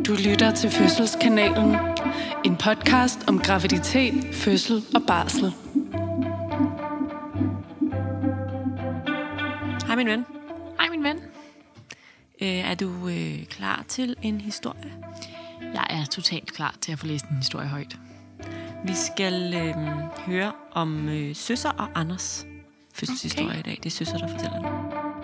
Du lytter til Fødselskanalen. En podcast om graviditet, fødsel og barsel. Hej min ven. Hej min ven. Er du klar til en historie? Jeg er totalt klar til at få læst en historie højt. Vi skal høre om Søsser og Anders fødselshistorie i dag. Det er Søsser, der fortæller den.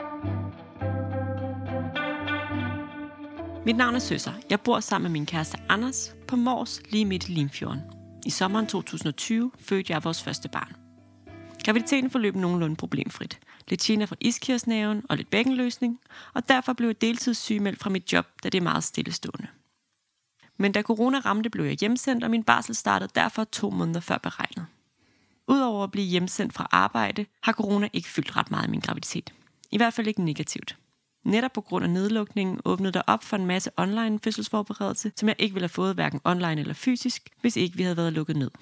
Mit navn er Søsser. Jeg bor sammen med min kæreste Anders på Mors lige midt i Limfjorden. I sommeren 2020 fødte jeg vores første barn. Graviditeten forløb nogenlunde problemfrit. Lidt gener fra iskirsnerven og lidt bækkenløsning, og derfor blev jeg deltidssygemeldt fra mit job, da det er meget stillestående. Men da corona ramte, blev jeg hjemsendt, og min barsel startede derfor 2 måneder før beregnet. Udover at blive hjemsendt fra arbejde, har corona ikke fyldt ret meget i min graviditet. I hvert fald ikke negativt. Netop på grund af nedlukningen åbnede der op for en masse online fødselsforberedelse, som jeg ikke ville have fået hverken online eller fysisk, hvis ikke vi havde været lukket ned.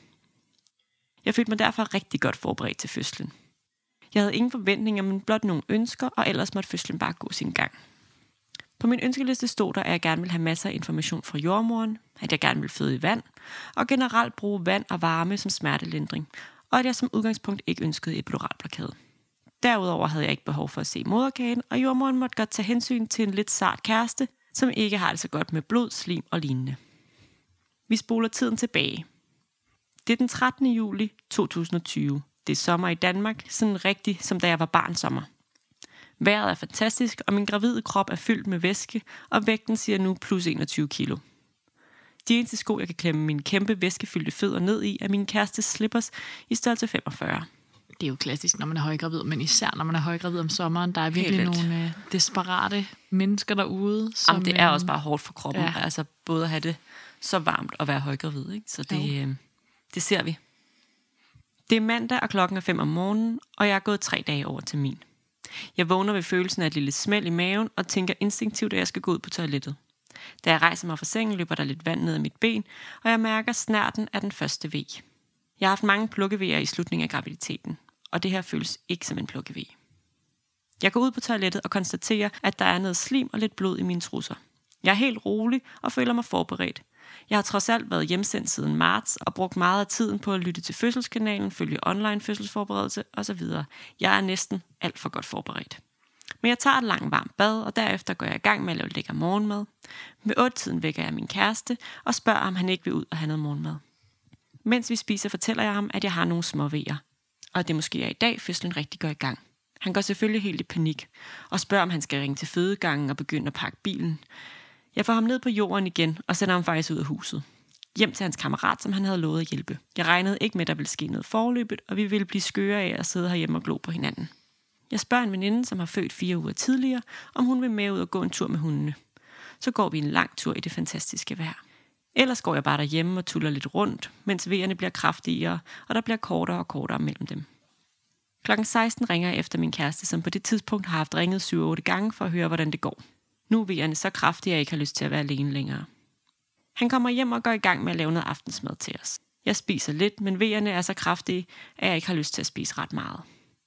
Jeg følte mig derfor rigtig godt forberedt til fødslen. Jeg havde ingen forventninger, men blot nogle ønsker, og ellers måtte fødslen bare gå sin gang. På min ønskeliste stod der, at jeg gerne ville have masser af information fra jordmoren, at jeg gerne ville føde i vand, og generelt bruge vand og varme som smertelindring, og at jeg som udgangspunkt ikke ønskede epiduralblokade. Derudover havde jeg ikke behov for at se moderkagen, og jordmoren måtte godt tage hensyn til en lidt sart kæreste, som ikke har det så godt med blod, slim og lignende. Vi spoler tiden tilbage. Det er den 13. juli 2020. Det er sommer i Danmark, sådan rigtigt som da jeg var barnsommer. Vejret er fantastisk, og min gravide krop er fyldt med væske, og vægten siger nu plus 21 kilo. De eneste sko, jeg kan klemme mine kæmpe væskefyldte fødder ned i, er min kærestes slippers i størrelse 45. Det er jo klassisk, når man er højgravid, men især når man er højgravid om sommeren. Der er virkelig nogle desperate mennesker derude. Som, Jamen, det er også bare hårdt for kroppen. Ja. Altså både at have det så varmt og være højgravid. Ikke? Så det ser vi. Det er mandag, og klokken er 5 om morgenen, og jeg er gået 3 dage over termin. Jeg vågner ved følelsen af et lille smæld i maven, og tænker instinktivt, at jeg skal gå ud på toilettet. Da jeg rejser mig fra sengen, løber der lidt vand ned ad mit ben, og jeg mærker snærten af den første ve. Jeg har haft mange plukkevejer i slutningen af graviditeten, og det her føles ikke som en plukkeve. Jeg går ud på toilettet og konstaterer, at der er noget slim og lidt blod i mine trusser. Jeg er helt rolig og føler mig forberedt. Jeg har trods alt været hjemsendt siden marts og brugt meget af tiden på at lytte til Fødselskanalen, følge online fødselsforberedelse osv. Jeg er næsten alt for godt forberedt. Men jeg tager et langt varmt bad, og derefter går jeg i gang med at lave lækker morgenmad. Ved 8-tiden vækker jeg min kæreste og spørger, om han ikke vil ud og have noget morgenmad. Mens vi spiser, fortæller jeg ham, at jeg har nogle små vejer, og det måske er i dag, fødslen rigtig går i gang. Han går selvfølgelig helt i panik og spørger, om han skal ringe til fødegangen og begynde at pakke bilen. Jeg får ham ned på jorden igen og sender ham faktisk ud af huset. Hjem til hans kammerat, som han havde lovet at hjælpe. Jeg regnede ikke med, at der ville ske noget forløbet, og vi ville blive skøre af at sidde herhjemme og glo på hinanden. Jeg spørger en veninde, som har født 4 uger tidligere, om hun vil med ud og gå en tur med hundene. Så går vi en lang tur i det fantastiske vejr. Ellers går jeg bare derhjemme og tuller lidt rundt, mens vejerne bliver kraftigere, og der bliver kortere og kortere mellem dem. Klokken 16 ringer jeg efter min kæreste, som på det tidspunkt har haft ringet 7-8 gange for at høre, hvordan det går. Nu er vejerne så kraftige, at jeg ikke har lyst til at være alene længere. Han kommer hjem og går i gang med at lave noget aftensmad til os. Jeg spiser lidt, men vejerne er så kraftige, at jeg ikke har lyst til at spise ret meget.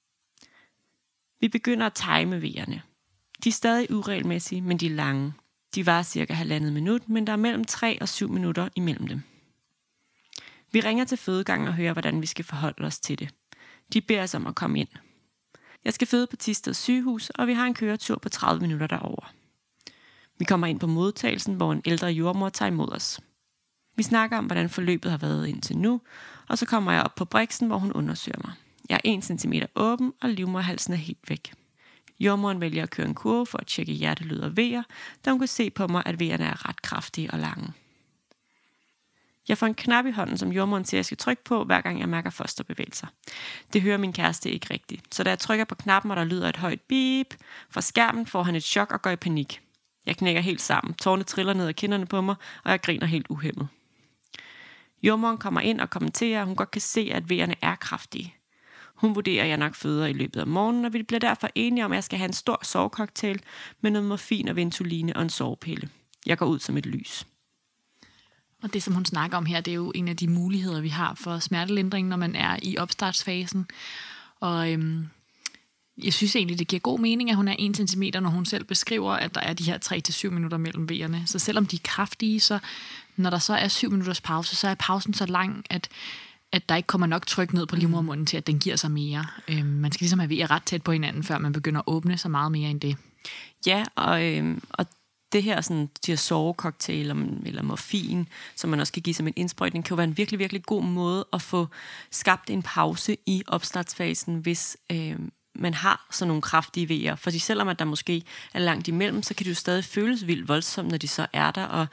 Vi begynder at time vejerne. De er stadig uregelmæssige, men de er lange. De varer cirka 1,5 minut, men der er mellem 3 og 7 minutter imellem dem. Vi ringer til fødegangen og hører, hvordan vi skal forholde os til det. De beder os om at komme ind. Jeg skal føde på Thisted sygehus, og vi har en køretur på 30 minutter derover. Vi kommer ind på modtagelsen, hvor en ældre jordmor tager imod os. Vi snakker om, hvordan forløbet har været indtil nu, og så kommer jeg op på briksen, hvor hun undersøger mig. Jeg er 1 centimeter åben, og livmoderhalsen er helt væk. Jordmoren vælger at køre en kurve for at tjekke hjertelyd og vejer, da hun kan se på mig, at vejerne er ret kraftige og lange. Jeg får en knap i hånden, som jordmoren siger, jeg skal trykke på, hver gang jeg mærker fosterbevægelser. Det hører min kæreste ikke rigtigt, så da jeg trykker på knappen, og der lyder et højt bip fra skærmen, får han et chok og går i panik. Jeg knækker helt sammen, tårerne triller ned ad kinderne på mig, og jeg griner helt uhæmmet. Jordmoren kommer ind og kommenterer, at hun godt kan se, at vejerne er kraftige. Hun vurderer, at jeg nok føder i løbet af morgenen, og vi bliver derfor enige om, at jeg skal have en stor sovecocktail med noget morfin og ventoline og en sovepille. Jeg går ud som et lys. Og det, som hun snakker om her, det er jo en af de muligheder, vi har for smertelindring, når man er i opstartsfasen. Og Jeg synes egentlig, det giver god mening, at hun er 1 centimeter, når hun selv beskriver, at der er de her 3-7 minutter mellem vejerne. Så selvom de er kraftige, så når der så er 7 minutters pause, så er pausen så lang, at der ikke kommer nok tryk ned på livmodermunden til, at den giver sig mere. Man skal ligesom have vejer ret tæt på hinanden, før man begynder at åbne så meget mere end det. Ja, og det her, sådan, de her sovecocktail eller morfin, som man også kan give som en indsprøjtning, kan jo være en virkelig, virkelig god måde at få skabt en pause i opstartsfasen, hvis man har sådan nogle kraftige vejer. Fordi selvom at der måske er langt imellem, så kan det jo stadig føles vildt voldsomt, når de så er der. Og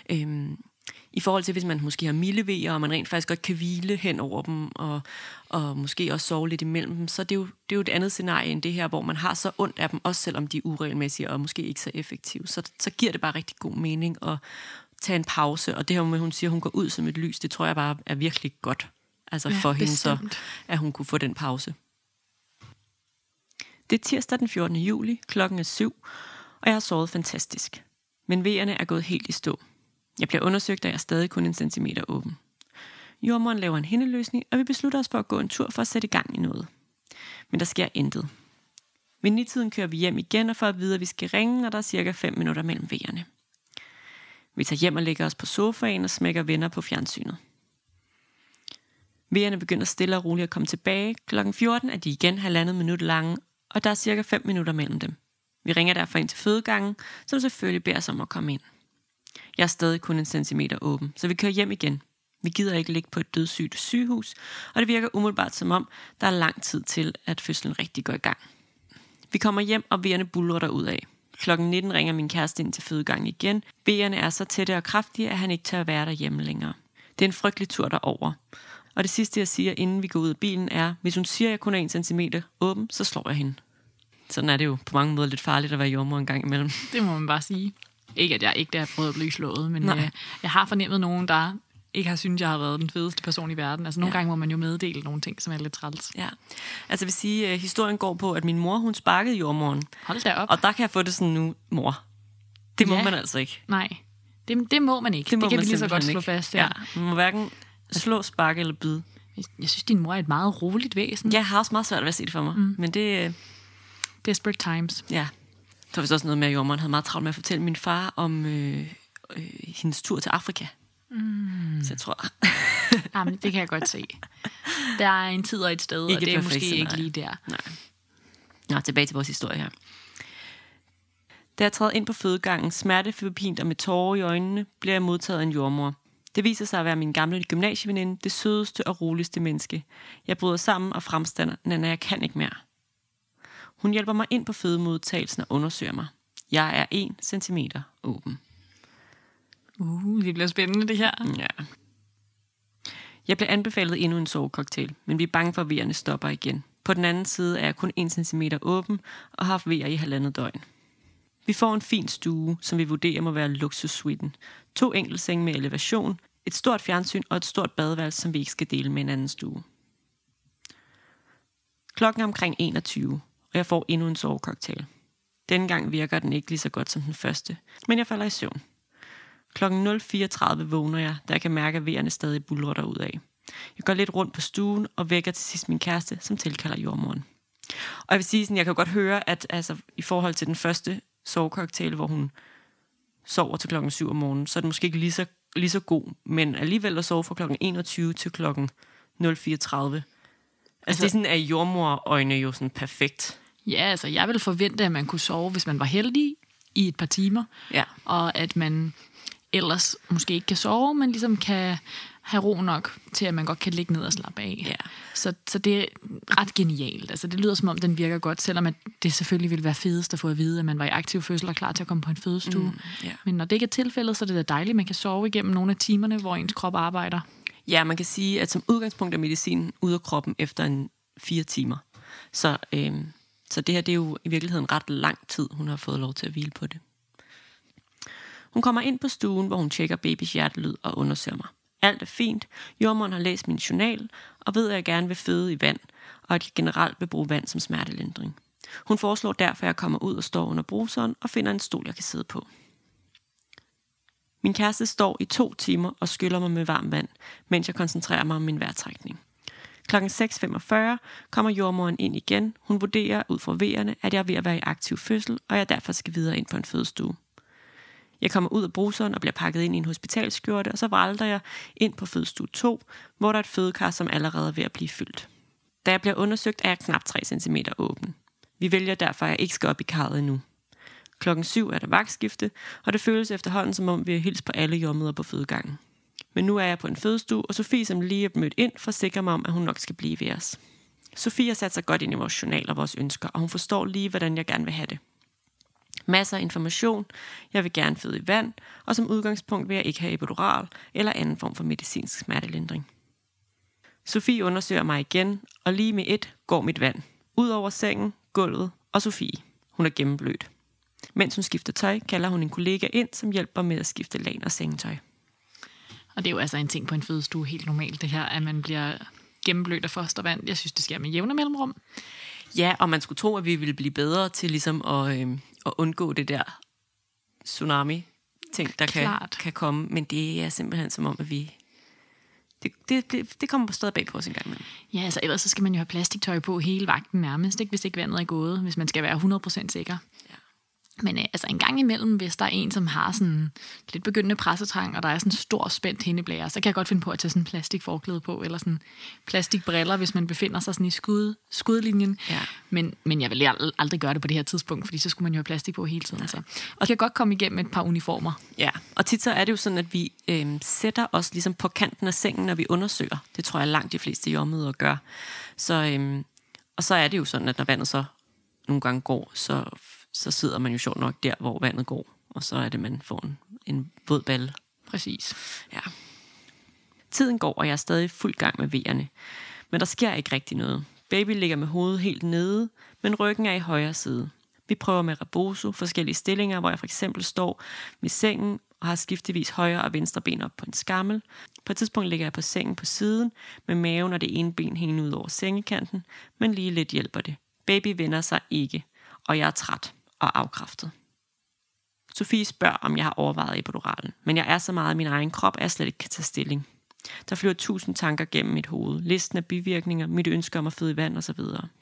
i forhold til, hvis man måske har milde vejer, og man rent faktisk godt kan hvile hen over dem, og måske også sove lidt imellem dem, så det er jo et andet scenarie end det her, hvor man har så ondt af dem, også selvom de er uregelmæssige og måske ikke så effektive. Så giver det bare rigtig god mening at tage en pause. Og det her med, hun siger, at hun går ud som et lys, det tror jeg bare er virkelig godt. Altså for hende så, at hun kunne få den pause. Det er tirsdag den 14. juli, klokken er 7, og jeg har sovet fantastisk. Men vejerne er gået helt i stå. Jeg bliver undersøgt, og jeg er stadig kun 1 centimeter åben. Jordemoderen laver en hændeløsning, og vi beslutter os for at gå en tur for at sætte i gang i noget. Men der sker intet. Ved 9-tiden kører vi hjem igen og får at vide, at vi skal ringe, når der er cirka 5 minutter mellem vejerne. Vi tager hjem og lægger os på sofaen og smækker venner på fjernsynet. Vejerne begynder stille og roligt at komme tilbage. Klokken 14 er de igen 1,5 minut lange, og der er cirka 5 minutter mellem dem. Vi ringer derfor ind til fødegangen, som selvfølgelig beder os om at komme ind. Jeg er stadig kun 1 centimeter åben, så vi kører hjem igen. Vi gider ikke ligge på et dødssygt sygehus, og det virker umiddelbart som om, der er lang tid til, at fødslen rigtig går i gang. Vi kommer hjem, og vejerne buldrer derudad. Klokken 19 ringer min kæreste ind til fødegangen igen. Vejerne er så tætte og kraftige, at han ikke tør være derhjemme længere. Det er en frygtelig tur derover. Og det sidste, jeg siger, inden vi går ud af bilen, er, hvis hun siger, at jeg kun er 1 centimeter åben, så slår jeg hende. Sådan er det jo på mange måder lidt farligt at være jordemoder en gang imellem. Det må man bare sige. Ikke, at jeg ikke har prøvet at blive slået, men jeg har fornemmet nogen, der ikke har syntes, jeg har været den fedeste person i verden. Altså nogle gange må man jo meddele nogle ting, som er lidt træls. Ja, altså jeg vil sige, at historien går på, at min mor, hun sparkede jordemoderen. Hold da op. Og der kan jeg få det sådan nu, mor. Det må man altså ikke. Nej, det må man ikke. Det kan vi lige så godt slå fast. Ja, man må hverken slå, sparke eller bide. Jeg synes, din mor er et meget roligt væsen. Jeg har også meget svært ved at se det for mig. Men det... Desperate times. Ja. Der var vist også noget med, at jordemoderen havde meget travlt med at fortælle min far om hendes tur til Afrika. Så jeg tror... Jamen, det kan jeg godt se. Der er en tid og et sted, ikke og det er måske ikke lige der. Nej. Nå, tilbage til vores historie her. Da jeg træder ind på fødegangen, smertefebepint og med tårer i øjnene, bliver jeg modtaget af en jordemor. Det viser sig at være min gamle gymnasieveninde, det sødeste og roligste menneske. Jeg bryder sammen og fremstander, Nana, jeg kan ikke mere. Hun hjælper mig ind på fødemodtagelsen og undersøger mig. Jeg er 1 centimeter åben. Det bliver spændende, det her. Ja. Jeg bliver anbefalet endnu en sovecocktail, men vi er bange for, at vejerne stopper igen. På den anden side er jeg kun 1 centimeter åben og har haft vejer i 1,5 døgn. Vi får en fin stue, som vi vurderer må være luksussuiten. 2 enkeltsenge med elevation, et stort fjernsyn og et stort badeværelse, som vi ikke skal dele med en anden stue. Klokken er omkring 21, og jeg får endnu en sovecocktail. Denne gang virker den ikke lige så godt som den første, men jeg falder i søvn. Klokken 0:34 vågner jeg, da jeg kan mærke, at vejerne stadig buldrer derudad. Jeg går lidt rundt på stuen og vækker til sidst min kæreste, som tilkalder jordemoderen. Og jeg vil sige sådan, jeg kan godt høre, at altså, i forhold til den første sovecocktail, hvor hun sover til klokken 7 om morgenen, så er det måske ikke lige så god, men alligevel at sove fra klokken 21 til klokken 0:34. Altså det er sådan, at jordmorøjne jo sådan perfekt. Ja, altså jeg vil forvente, at man kunne sove, hvis man var heldig, i et par timer. Ja. Og at man ellers måske ikke kan sove, men ligesom kan have ro nok til, at man godt kan ligge ned og slappe af. Ja. Så det er ret genialt. Altså det lyder som om, den virker godt, selvom at det selvfølgelig ville være fedest at få at vide, at man var i aktiv fødsel og klar til at komme på en fødestue. Men når det ikke er tilfældet, så er det da dejligt, at man kan sove igennem nogle af timerne, hvor ens krop arbejder. Ja, man kan sige, at som udgangspunkt er medicinen ude af kroppen efter 4 timer. Så det her, det er jo i virkeligheden ret lang tid, hun har fået lov til at hvile på det. Hun kommer ind på stuen, hvor hun tjekker babys hjertelyd og undersøger mig. Alt er fint. Jordemoderen har læst min journal og ved, at jeg gerne vil føde i vand, og at jeg generelt vil bruge vand som smertelindring. Hun foreslår derfor, at jeg kommer ud og står under bruseren og finder en stol, jeg kan sidde på. Min kæreste står i 2 timer og skyller mig med varmt vand, mens jeg koncentrerer mig om min vejrtrækning. Klokken 6.45 kommer jordmoren ind igen. Hun vurderer ud fra vejerne, at jeg er ved at være i aktiv fødsel, og jeg derfor skal videre ind på en fødestue. Jeg kommer ud af bruseren og bliver pakket ind i en hospitalskjorte, og så vralter jeg ind på fødestue 2, hvor der er et fødekar, som allerede er ved at blive fyldt. Da jeg bliver undersøgt, er jeg knap 3 cm åben. Vi vælger derfor, at jeg ikke skal op i karret endnu. Klokken 7 er der vagtskifte, og det føles efterhånden, som om vi har hilst på alle jordmødre på fødegangen. Men nu er jeg på en fødestue, og Sofie, som lige er mødt ind, forsikrer mig om, at hun nok skal blive ved os. Sofie har sat sig godt ind i vores journal og vores ønsker, og hun forstår lige, hvordan jeg gerne vil have det. Masser af information, jeg vil gerne føde i vand, og som udgangspunkt vil jeg ikke have epidural eller anden form for medicinsk smertelindring. Sofie undersøger mig igen, og lige med et går mit vand. Ud over sengen, gulvet og Sofie. Hun er gennemblødt. Mens hun skifter tøj, kalder hun en kollega ind, som hjælper med at skifte lagen og sengetøj. Og det er jo altså en ting på en fødestue helt normalt, det her, at man bliver gennemblødt af fostervand. Jeg synes, det sker med jævne mellemrum. Ja, og man skulle tro, at vi ville blive bedre til ligesom at undgå det der tsunami-ting, der kan komme. Men det er simpelthen som om, at vi... Det kommer stadig bag på os en gang imellem. Ja, altså ellers så skal man jo have plastiktøj på hele vagten nærmest, ikke? Hvis ikke vandet er gået, hvis man skal være 100% sikker. Ja. Men altså en gang imellem, hvis der er en, som har sådan lidt begyndende pressetrang, og der er sådan en stor spændt hindeblære, så kan jeg godt finde på at tage sådan en plastikforklæde på, eller sådan plastikbriller, hvis man befinder sig sådan i skudlinjen. Ja. Men jeg vil aldrig gøre det på det her tidspunkt, fordi så skulle man jo have plastik på hele tiden. Altså. Og det kan godt komme igennem et par uniformer. Ja, og tit så er det jo sådan, at vi sætter os ligesom på kanten af sengen, når vi undersøger. Det tror jeg langt de fleste jordmødre gør. Og så er det jo sådan, at når vandet så nogle gange går, så sidder man jo sjovt nok der, hvor vandet går, og så er det, man får en våd balle. Præcis. Ja. Tiden går, og jeg er stadig fuld gang med vejerne. Men der sker ikke rigtig noget. Baby ligger med hovedet helt nede, men ryggen er i højre side. Vi prøver med rebozo, forskellige stillinger, hvor jeg for eksempel står ved sengen og har skiftevis højre og venstre ben op på en skammel. På et tidspunkt ligger jeg på sengen på siden, med maven og det ene ben hængende ud over sengekanten, men lige lidt hjælper det. Baby vender sig ikke, og jeg er træt og afkræftet. Sofie spørger, om jeg har overvejet epiduralen, men jeg er så meget i min egen krop, at jeg slet ikke kan tage stilling. Der flyver 1000 tanker gennem mit hoved, listen af bivirkninger, mit ønske om at føde i vand osv.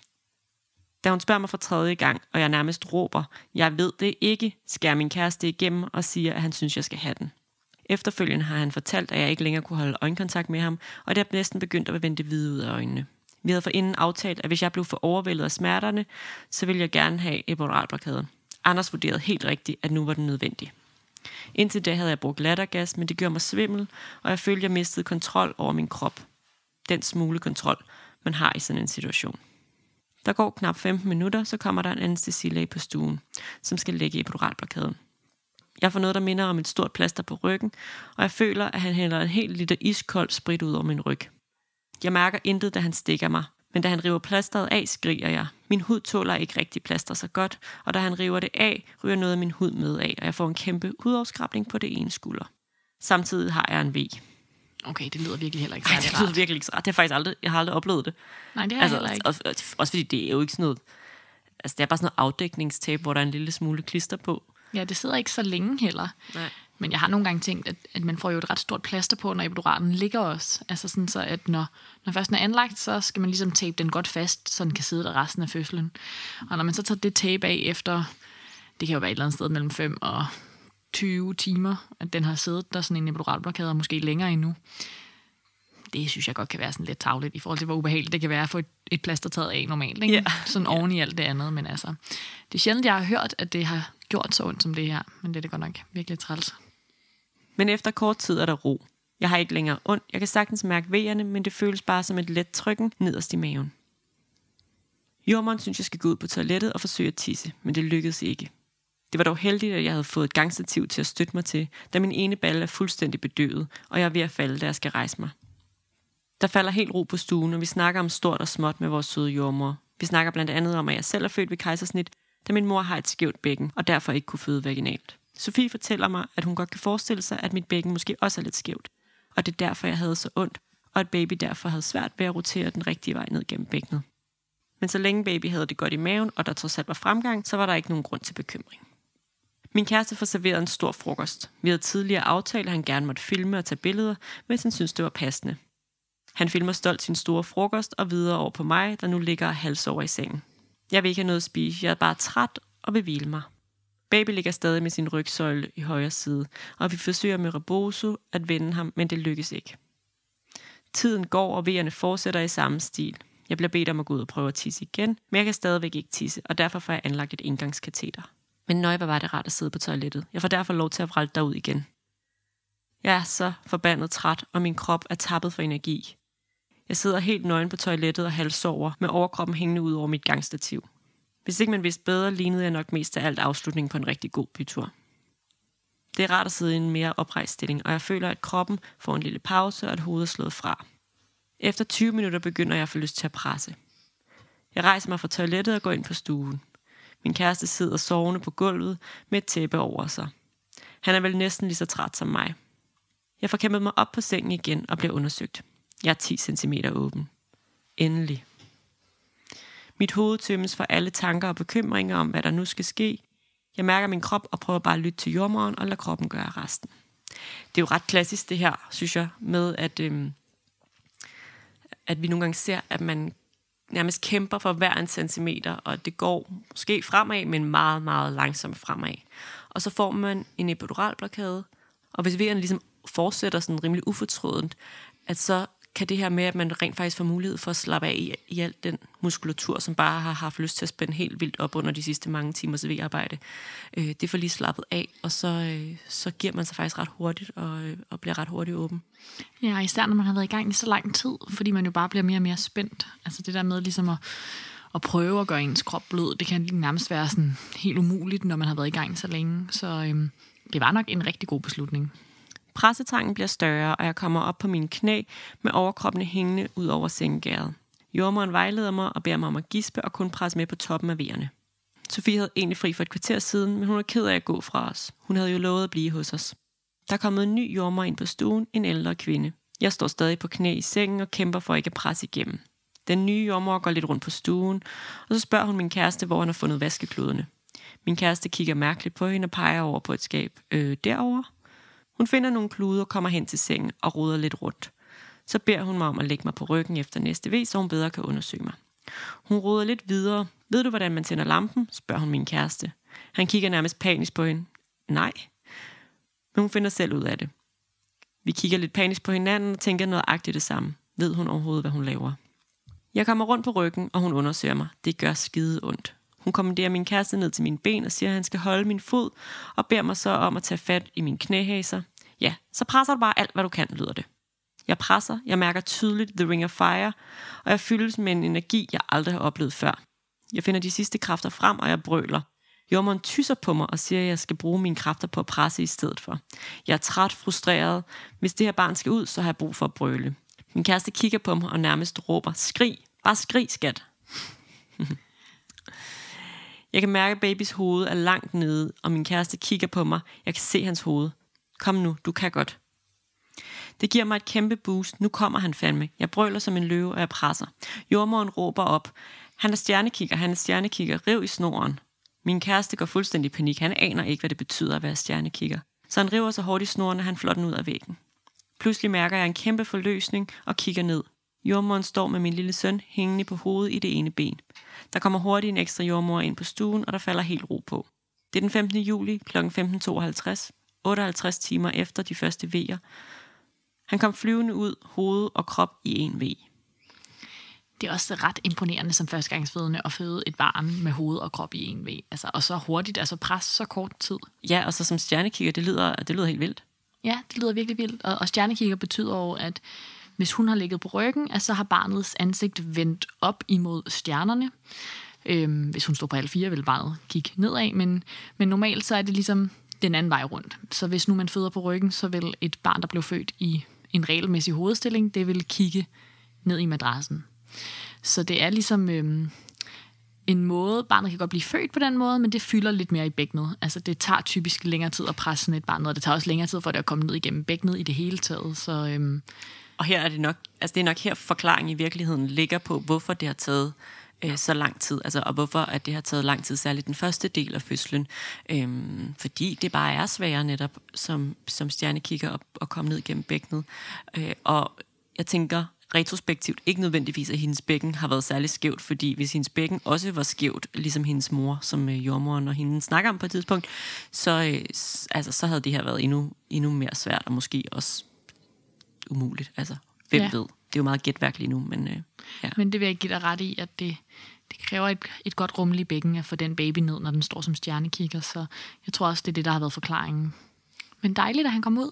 Da hun spørger mig for 3. gang, og jeg nærmest råber, jeg ved det ikke, skærer min kæreste igennem og siger, at han synes, jeg skal have den. Efterfølgende har han fortalt, at jeg ikke længere kunne holde øjenkontakt med ham, og det har næsten begyndt at vende hvide ud af øjnene. Vi havde forinden aftalt, at hvis jeg blev for overvældet af smerterne, så ville jeg gerne have epiduralblokade. Anders vurderede helt rigtigt, at nu var den nødvendig. Indtil da havde jeg brugt lattergas, men det gjorde mig svimmel, og jeg følte, at jeg mistede kontrol over min krop. Den smule kontrol, man har i sådan en situation. Der går knap 15 minutter, så kommer der en anæstesilæge på stuen, som skal lægge epiduralblokaden. Jeg får noget, der minder om et stort plaster på ryggen, og jeg føler, at han hælder en hel liter iskold sprit ud over min ryg. Jeg mærker intet, da han stikker mig, men da han river plasteret af, skriger jeg. Min hud tåler ikke rigtig plaster så godt, og da han river det af, ryger noget af min hud med af, og jeg får en kæmpe hudafskrabning på det ene skulder. Samtidig har jeg en V. Okay, det lyder virkelig heller ikke så rart. Det lyder virkelig ikke så rart. Det har faktisk jeg har aldrig oplevet det. Nej, det har jeg heller ikke. Også fordi det er jo ikke sådan noget, altså det er bare sådan noget afdækningstape, hvor der er en lille smule klister på. Ja, det sidder ikke så længe heller. Nej. Men jeg har nogle gange tænkt, at man får jo et ret stort plaster på, når epiduralen ligger også. Altså sådan så, at når først den er anlagt, så skal man ligesom tape den godt fast, så den kan sidde der resten af fødslen. Og når man så tager det tape af efter, det kan jo være et eller andet sted mellem 5 og 20 timer, at den har siddet der sådan en epiduralblokade, og måske længere endnu. Det synes jeg godt kan være sådan lidt tarveligt i forhold til, hvor ubehageligt det kan være at få et plaster taget af normalt. Ikke? Yeah. Sådan oven i alt det andet. Men altså, det er sjældent, jeg har hørt, at det har gjort så ondt som det her. Men det er det godt nok virkelig træls. Men efter kort tid er der ro. Jeg har ikke længere ondt. Jeg kan sagtens mærke vejerne, men det føles bare som et let trykken nederst i maven. Jordmoren synes, jeg skal gå ud på toilettet og forsøge at tisse, men det lykkedes ikke. Det var dog heldigt, at jeg havde fået et gangstativ til at støtte mig til, da min ene balle er fuldstændig bedøvet, og jeg er ved at falde, da jeg skal rejse mig. Der falder helt ro på stuen, og vi snakker om stort og småt med vores søde jordmor. Vi snakker blandt andet om, at jeg selv er født ved kejsersnit, da min mor har et skævt bækken, og derfor ikke kunne føde vaginalt. Sofie fortæller mig, at hun godt kan forestille sig, at mit bækken måske også er lidt skævt, og det er derfor, jeg havde så ondt, og at baby derfor havde svært ved at rotere den rigtige vej ned gennem bækkenet. Men så længe baby havde det godt i maven, og der trods alt var fremgang, så var der ikke nogen grund til bekymring. Min kæreste får serveret en stor frokost. Vi havde tidligere aftalt, at han gerne måtte filme og tage billeder, hvis han syntes, det var passende. Han filmer stolt sin store frokost og videre over på mig, der nu ligger halsover i sengen. Jeg vil ikke have noget at spise, jeg er bare træt og vil hvile mig. Baby ligger stadig med sin rygsøjle i højre side, og vi forsøger med Rebozo at vende ham, men det lykkes ikke. Tiden går, og vejerne fortsætter i samme stil. Jeg bliver bedt om at gå ud og prøve at tisse igen, men jeg kan stadigvæk ikke tisse, og derfor får jeg anlagt et engangskateter. Men nøj, hvor var det rart at sidde på toilettet. Jeg får derfor lov til at vralte derud igen. Jeg er så forbandet træt, og min krop er tappet for energi. Jeg sidder helt nøgen på toilettet og halvsover, med overkroppen hængende ud over mit gangstativ. Hvis ikke man vidste bedre, lignede jeg nok mest af alt afslutningen på en rigtig god bytur. Det er rart at sidde i en mere oprejst stilling, og jeg føler, at kroppen får en lille pause, og at hovedet er slået fra. Efter 20 minutter begynder jeg at få lyst til at presse. Jeg rejser mig fra toilettet og går ind på stuen. Min kæreste sidder sovende på gulvet med et tæppe over sig. Han er vel næsten lige så træt som mig. Jeg får kæmpet mig op på sengen igen og bliver undersøgt. Jeg er 10 cm åben. Endelig. Mit hoved tømmes for alle tanker og bekymringer om, hvad der nu skal ske. Jeg mærker min krop og prøver bare at lytte til jordemoderen og lade kroppen gøre resten. Det er jo ret klassisk det her, synes jeg, med at vi nogle gange ser, at man nærmest kæmper for hver en centimeter, og det går måske fremad, men meget, meget langsomt fremad. Og så får man en epiduralblokade, og hvis vejerne ligesom fortsætter sådan rimelig ufortrødent, at så kan det her med, at man rent faktisk får mulighed for at slappe af i al den muskulatur, som bare har haft lyst til at spænde helt vildt op under de sidste mange timers V-arbejde, det får lige slappet af, og så giver man sig faktisk ret hurtigt og bliver ret hurtigt åben. Ja, især når man har været i gang i så lang tid, fordi man jo bare bliver mere og mere spændt. Altså det der med ligesom at prøve at gøre ens krop blød, det kan nærmest være sådan helt umuligt, når man har været i gang så længe. Så det var nok en rigtig god beslutning. Pressetangen bliver større, og jeg kommer op på mine knæ med overkroppene hængende ud over sengegærdet. Jordemoderen vejleder mig og beder mig om at gispe og kun presse med på toppen af vejerne. Sofie havde egentlig fri for et kvarter siden, men hun var ked af at gå fra os. Hun havde jo lovet at blive hos os. Der er kommet en ny jordemoder ind på stuen, en ældre kvinde. Jeg står stadig på knæ i sengen og kæmper for ikke at presse igennem. Den nye jordemoder går lidt rundt på stuen, og så spørger hun min kæreste, hvor han har fundet vaskekludene. Min kæreste kigger mærkeligt på hende og peger over på et skab. Derovre? Hun finder nogle kluder og kommer hen til sengen og roder lidt rundt. Så beder hun mig om at lægge mig på ryggen efter næste V, så hun bedre kan undersøge mig. Hun roder lidt videre. Ved du, hvordan man tænder lampen? Spørger hun min kæreste. Han kigger nærmest panisk på hende. Nej. Men hun finder selv ud af det. Vi kigger lidt panisk på hinanden og tænker nøjagtigt det samme. Ved hun overhovedet, hvad hun laver? Jeg kommer rundt på ryggen, og hun undersøger mig. Det gør skide ondt. Hun kommanderer min kæreste ned til mine ben og siger, at han skal holde min fod, og beder mig så om at tage fat i mine knæhaser. Ja, så presser du bare alt, hvad du kan, lyder det. Jeg presser, jeg mærker tydeligt The Ring of Fire, og jeg fyldes med en energi, jeg aldrig har oplevet før. Jeg finder de sidste kræfter frem, og jeg brøler. Jordemoderen tysser på mig og siger, at jeg skal bruge mine kræfter på at presse i stedet for. Jeg er træt, frustreret. Hvis det her barn skal ud, så har jeg brug for at brøle. Min kæreste kigger på mig og nærmest råber, skrig, bare skrig, skat. Jeg kan mærke, at babys hoved er langt nede, og min kæreste kigger på mig. Jeg kan se hans hoved. Kom nu, du kan godt. Det giver mig et kæmpe boost. Nu kommer han fandme. Jeg brøler som en løve, og jeg presser. Jordemoderen råber op. Han er stjernekigger. Riv i snoren. Min kæreste går fuldstændig i panik. Han aner ikke, hvad det betyder at være stjernekigger. Så han river så hårdt i snoren, at han flår den ud af væggen. Pludselig mærker jeg en kæmpe forløsning og kigger ned. Jordemoderen står med min lille søn hængende på hovedet i det ene ben. Der kommer hurtigt en ekstra jordemoder ind på stuen, og der falder helt ro på. Det er den 15. juli kl. 15.52, 58 timer efter de første V'er. Han kom flyvende ud, hoved og krop i en V. Det er også ret imponerende som førstegangsfødende at føde et barn med hoved og krop i en V. Altså, og så hurtigt, altså pres så kort tid. Ja, og så som stjernekigger, det lyder helt vildt. Ja, det lyder virkelig vildt. Og stjernekigger betyder jo, at hvis hun har ligget på ryggen, at så har barnets ansigt vendt op imod stjernerne. Hvis hun står på alle fire, vil barnet kigge nedad, men normalt så er det ligesom den anden vej rundt. Så hvis nu man føder på ryggen, så vil et barn, der blev født i en regelmæssig hovedstilling, det vil kigge ned i madrassen. Så det er ligesom en måde, barnet kan godt blive født på den måde, men det fylder lidt mere i bækkenet. Altså det tager typisk længere tid at presse sådan et barn ned, og det tager også længere tid for det at komme ned igennem bækkenet i det hele taget. Så, Og her er det nok, altså det er nok her forklaringen i virkeligheden ligger på, hvorfor det har taget så lang tid, altså, og hvorfor at det har taget lang tid, særligt den første del af fødslen. Fordi det bare er sværere netop som stjernekigger at komme ned igennem bækkenet. Og jeg tænker retrospektivt ikke nødvendigvis, at hendes bækken har været særlig skævt, fordi hvis hendes bækken også var skævt, ligesom hendes mor, som jordmoren og hende snakker om på et tidspunkt, så havde det her været endnu mere svært, og måske også umuligt. Altså, hvem ved? Det er jo meget gætværk lige nu, men ja. Men det vil jeg give dig ret i, at det kræver et godt rummeligt bækken at få den baby ned, når den står som stjernekigger, så jeg tror også, det er det, der har været forklaringen. Men dejligt, at han kom ud.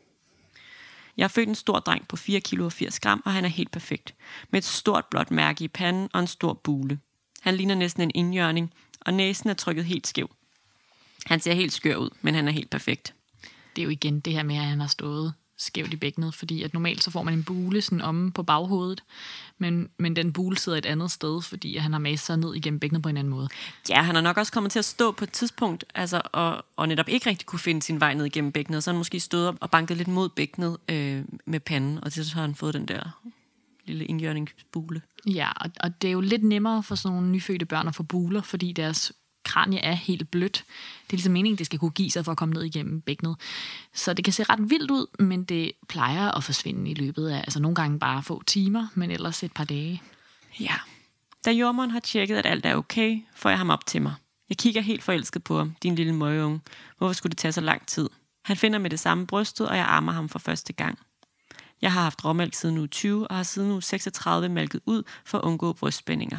Jeg har født en stor dreng på 4 kilo og 80 gram, og han er helt perfekt. Med et stort blåt mærke i panden og en stor bule. Han ligner næsten en indjørning, og næsen er trykket helt skæv. Han ser helt skør ud, men han er helt perfekt. Det er jo igen det her med, at han har stået skævt i bækkenet, fordi at normalt så får man en bule sådan omme på baghovedet, men den bule sidder et andet sted, fordi han har mast sig ned igennem bækkenet på en anden måde. Ja, han er nok også kommet til at stå på et tidspunkt, altså, og netop ikke rigtig kunne finde sin vej ned igennem bækkenet, så han måske stået op og banket lidt mod bækkenet med panden, og så har han fået den der lille indjørningsbule. Ja, og det er jo lidt nemmere for sådan nogle nyfødte børn at få buler, fordi deres kranie er helt blødt. Det er ligesom meningen, det skal kunne give sig for at komme ned igennem bækkenet. Så det kan se ret vildt ud, men det plejer at forsvinde i løbet af, altså nogle gange bare få timer, men ellers et par dage. Ja. Da jordmoren har tjekket, at alt er okay, får jeg ham op til mig. Jeg kigger helt forelsket på ham, din lille møgeunge. Hvorfor skulle det tage så lang tid? Han finder med det samme brystet, og jeg ammer ham for første gang. Jeg har haft råmælk siden uge 20, og har siden uge 36 mælket ud for at undgå brystspændinger.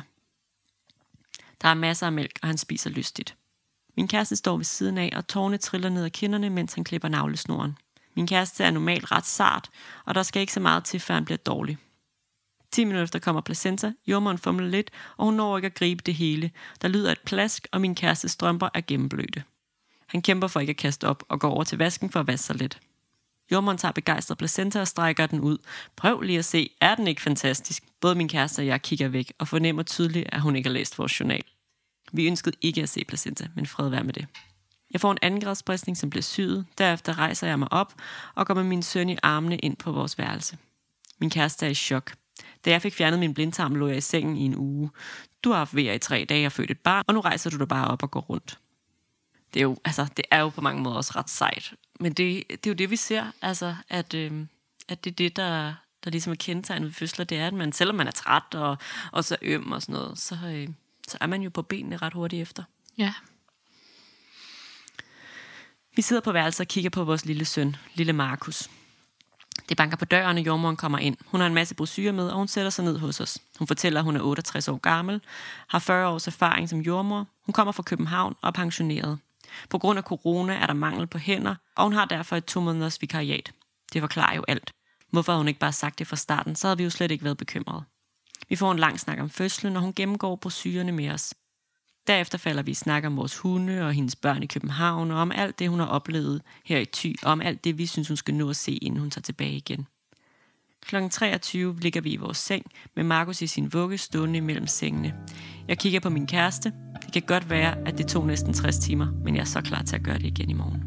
Der er masser af mælk, og han spiser lystigt. Min kæreste står ved siden af, og tårerne triller ned ad kinderne, mens han klipper navlesnoren. Min kæreste er normalt ret sart, og der skal ikke så meget til, før han bliver dårlig. 10 minutter efter kommer placenta, jordmoren fumler lidt, og hun når ikke at gribe det hele. Der lyder et plask, og min kærestes strømper er gennemblødte. Han kæmper for ikke at kaste op, og går over til vasken for at vaske sig lidt. Jordmoren tager begejstret placenta og strækker den ud. Prøv lige at se, er den ikke fantastisk? Både min kæreste og jeg kigger væk og fornemmer tydeligt, at hun ikke har læst vores journal. Vi ønskede ikke at se placenta, men fred være med det. Jeg får en andengradsbristning, som bliver syet. Derefter rejser jeg mig op og går med min søn i armene ind på vores værelse. Min kæreste er i chok. Da jeg fik fjernet min blindtarm, lå jeg i sengen i en uge. Du har haft vejr i 3 dage og født et barn, og nu rejser du dig bare op og går rundt. Det er jo på mange måder også ret sejt. Men det er jo det, vi ser, altså, at det er det, der ligesom er kendetegnet ved fødsler, det er, at man, selvom man er træt og så øm og sådan noget, så er man jo på benene ret hurtigt efter. Ja. Vi sidder på værelset og kigger på vores lille søn, lille Markus. Det banker på døren, og jordmoren kommer ind. Hun har en masse brochurer med, og hun sætter sig ned hos os. Hun fortæller, at hun er 68 år gammel, har 40 års erfaring som jordmor. Hun kommer fra København og er pensioneret. På grund af corona er der mangel på hænder, og hun har derfor et 2 måneders vikariat. Det forklarer jo alt. Hvorfor havde hun ikke bare sagt det fra starten, så havde vi jo slet ikke været bekymrede. Vi får en lang snak om fødslen, og hun gennemgår brochurerne med os. Derefter falder vi i snak om vores hunde og hendes børn i København, og om alt det, hun har oplevet her i Thy, og om alt det, vi synes, hun skal nå at se, inden hun tager tilbage igen. Kl. 23 ligger vi i vores seng, med Markus i sin vugge stående imellem sengene. Jeg kigger på min kæreste. Det kan godt være, at det tog næsten 60 timer, men jeg er så klar til at gøre det igen i morgen.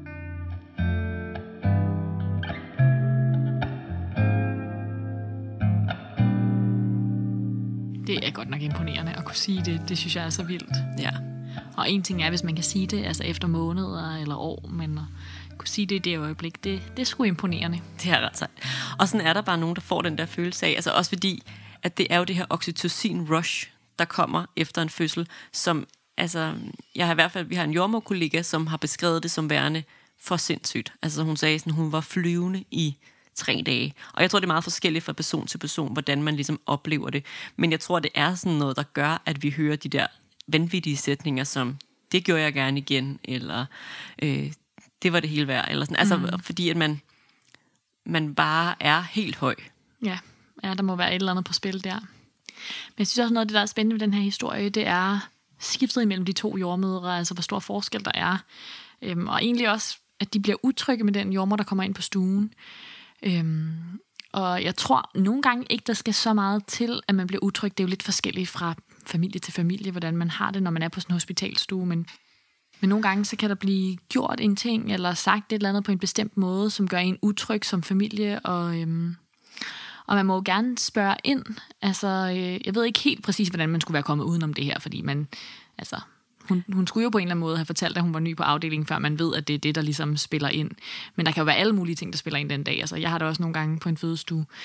Det er godt nok imponerende at kunne sige det. Det synes jeg er så vildt. Ja. Og en ting er, hvis man kan sige det altså efter måneder eller år, men at kunne sige det i det øjeblik, det er sgu imponerende. Det er ret sejt. Og sådan er der bare nogen, der får den der følelse af, altså også fordi, at det er jo det her oxytocin-rush, der kommer efter en fødsel, som, altså, vi har en jordmorkollega, som har beskrevet det som værende for sindssygt. Altså hun sagde sådan, hun var flyvende i 3 dage. Og jeg tror, det er meget forskelligt fra person til person, hvordan man ligesom oplever det. Men jeg tror, det er sådan noget, der gør, at vi hører de der vanvittige sætninger, som, det gjorde jeg gerne igen, eller det var det hele værd, eller sådan. Altså, fordi at man bare er helt høj. Ja, der må være et eller andet på spil der. Men jeg synes også, noget af det, der er spændende ved den her historie, det er skiftet imellem de 2 jordmødre, altså hvor stor forskel der er. Og egentlig også, at de bliver utrygge med den jordmor, der kommer ind på stuen. Og jeg tror nogle gange ikke, der skal så meget til, at man bliver utryg. Det er jo lidt forskelligt fra familie til familie, hvordan man har det, når man er på sådan en hospitalstue. Men nogle gange, så kan der blive gjort en ting, eller sagt et eller andet på en bestemt måde, som gør en utryg som familie, og man må jo gerne spørge ind. Altså, jeg ved ikke helt præcis, hvordan man skulle være kommet udenom det her, fordi man, altså, hun skulle jo på en eller anden måde have fortalt, at hun var ny på afdelingen, før man ved, at det er det, der ligesom spiller ind. Men der kan jo være alle mulige ting, der spiller ind den dag. Altså, jeg har det også nogle gange på en fødestue,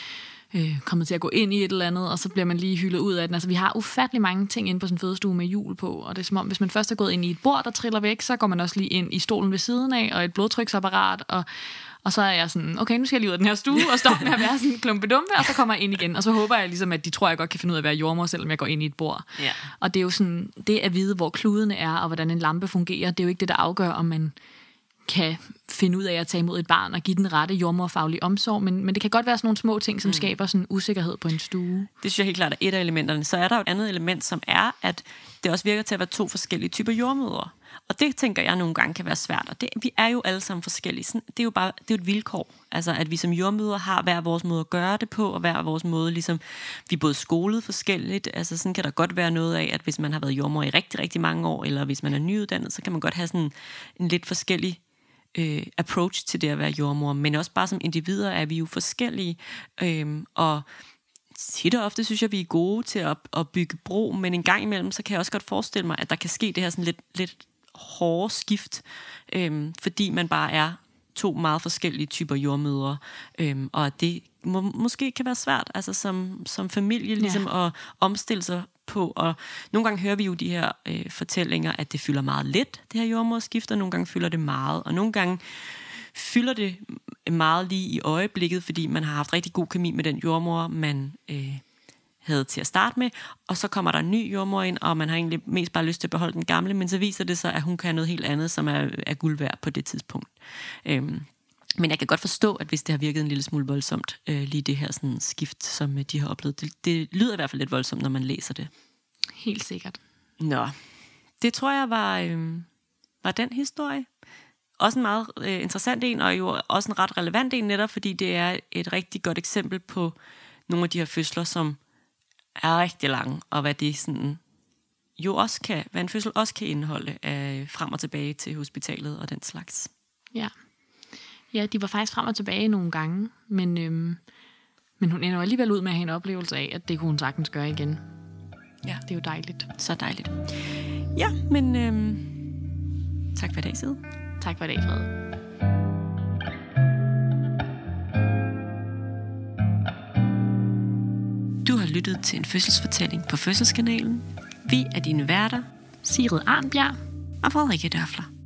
kommet til at gå ind i et eller andet, og så bliver man lige hyldet ud af den. Altså, vi har ufattelig mange ting inde på sådan en fødestue med hjul på, og det er som om, hvis man først er gået ind i et bord, der triller væk, så går man også lige ind i stolen ved siden af, og et blodtryksapparat, og så er jeg sådan, okay, nu skal jeg lige ud af den her stue, og stoppe med at være sådan klumpedumpe, og så kommer jeg ind igen. Og så håber jeg ligesom, at de tror, jeg godt kan finde ud af at være jordmor, selvom jeg går ind i et bord. Ja. Og det er jo sådan, det at vide, hvor kludene er, og hvordan en lampe fungerer, det er jo ikke det, der afgør, om man kan finde ud af at tage imod et barn og give den rette jordmorfaglige omsorg, men det kan godt være sådan nogle små ting, som skaber sådan usikkerhed på en stue. Det synes jeg helt klart er et af elementerne. Så er der jo et andet element, som er, at det også virker til at være 2 forskellige typer jordmødre. Og det tænker jeg nogle gange kan være svært. Og vi er jo alle sammen forskellige. Sådan, det er jo et vilkår. Altså, at vi som jordmødre har hver vores måde at gøre det på, og hver vores måde, ligesom, vi er både skolet forskelligt. Altså, sådan kan der godt være noget af, at hvis man har været jordmor i rigtig, rigtig mange år, eller hvis man er nyuddannet, så kan man godt have sådan en lidt forskellig approach til det at være jordmor. Men også bare som individer er vi jo forskellige. Og tit og ofte synes jeg, vi er gode til at bygge bro, men en gang imellem, så kan jeg også godt forestille mig, at der kan ske det her sådan lidt hårde skift, fordi man bare er 2 meget forskellige typer jordmødre, og at det måske kan være svært, altså som familie ligesom at omstille sig på, og nogle gange hører vi jo de her fortællinger, at det fylder meget lidt, det her jordmorskift, og nogle gange fylder det meget, og nogle gange fylder det meget lige i øjeblikket, fordi man har haft rigtig god kemi med den jordmor, man havde til at starte med, og så kommer der en ny jordmor ind, og man har egentlig mest bare lyst til at beholde den gamle, men så viser det sig, at hun kan noget helt andet, som er guld værd på det tidspunkt. Men jeg kan godt forstå, at hvis det har virket en lille smule voldsomt, lige det her sådan skift, som de har oplevet, det lyder i hvert fald lidt voldsomt, når man læser det. Helt sikkert. Nå, det tror jeg var den historie. Også en meget interessant en, og jo også en ret relevant en netop, fordi det er et rigtig godt eksempel på nogle af de her fødsler, som er rigtig lange, og hvad det sådan jo også kan, hvad en fødsel også kan indeholde frem og tilbage til hospitalet og den slags. Ja, de var faktisk frem og tilbage nogle gange, men hun ender alligevel ud med at have en oplevelse af, at det kunne hun sagtens gøre igen. Ja. Det er jo dejligt. Så dejligt. Ja, men tak for i dag, Side. Tak for i dag, Frede. Du har lyttet til en fødselsfortælling på Fødselskanalen. Vi er dine værter, Sigrid Arnbjerg og Frederikke Dørfler.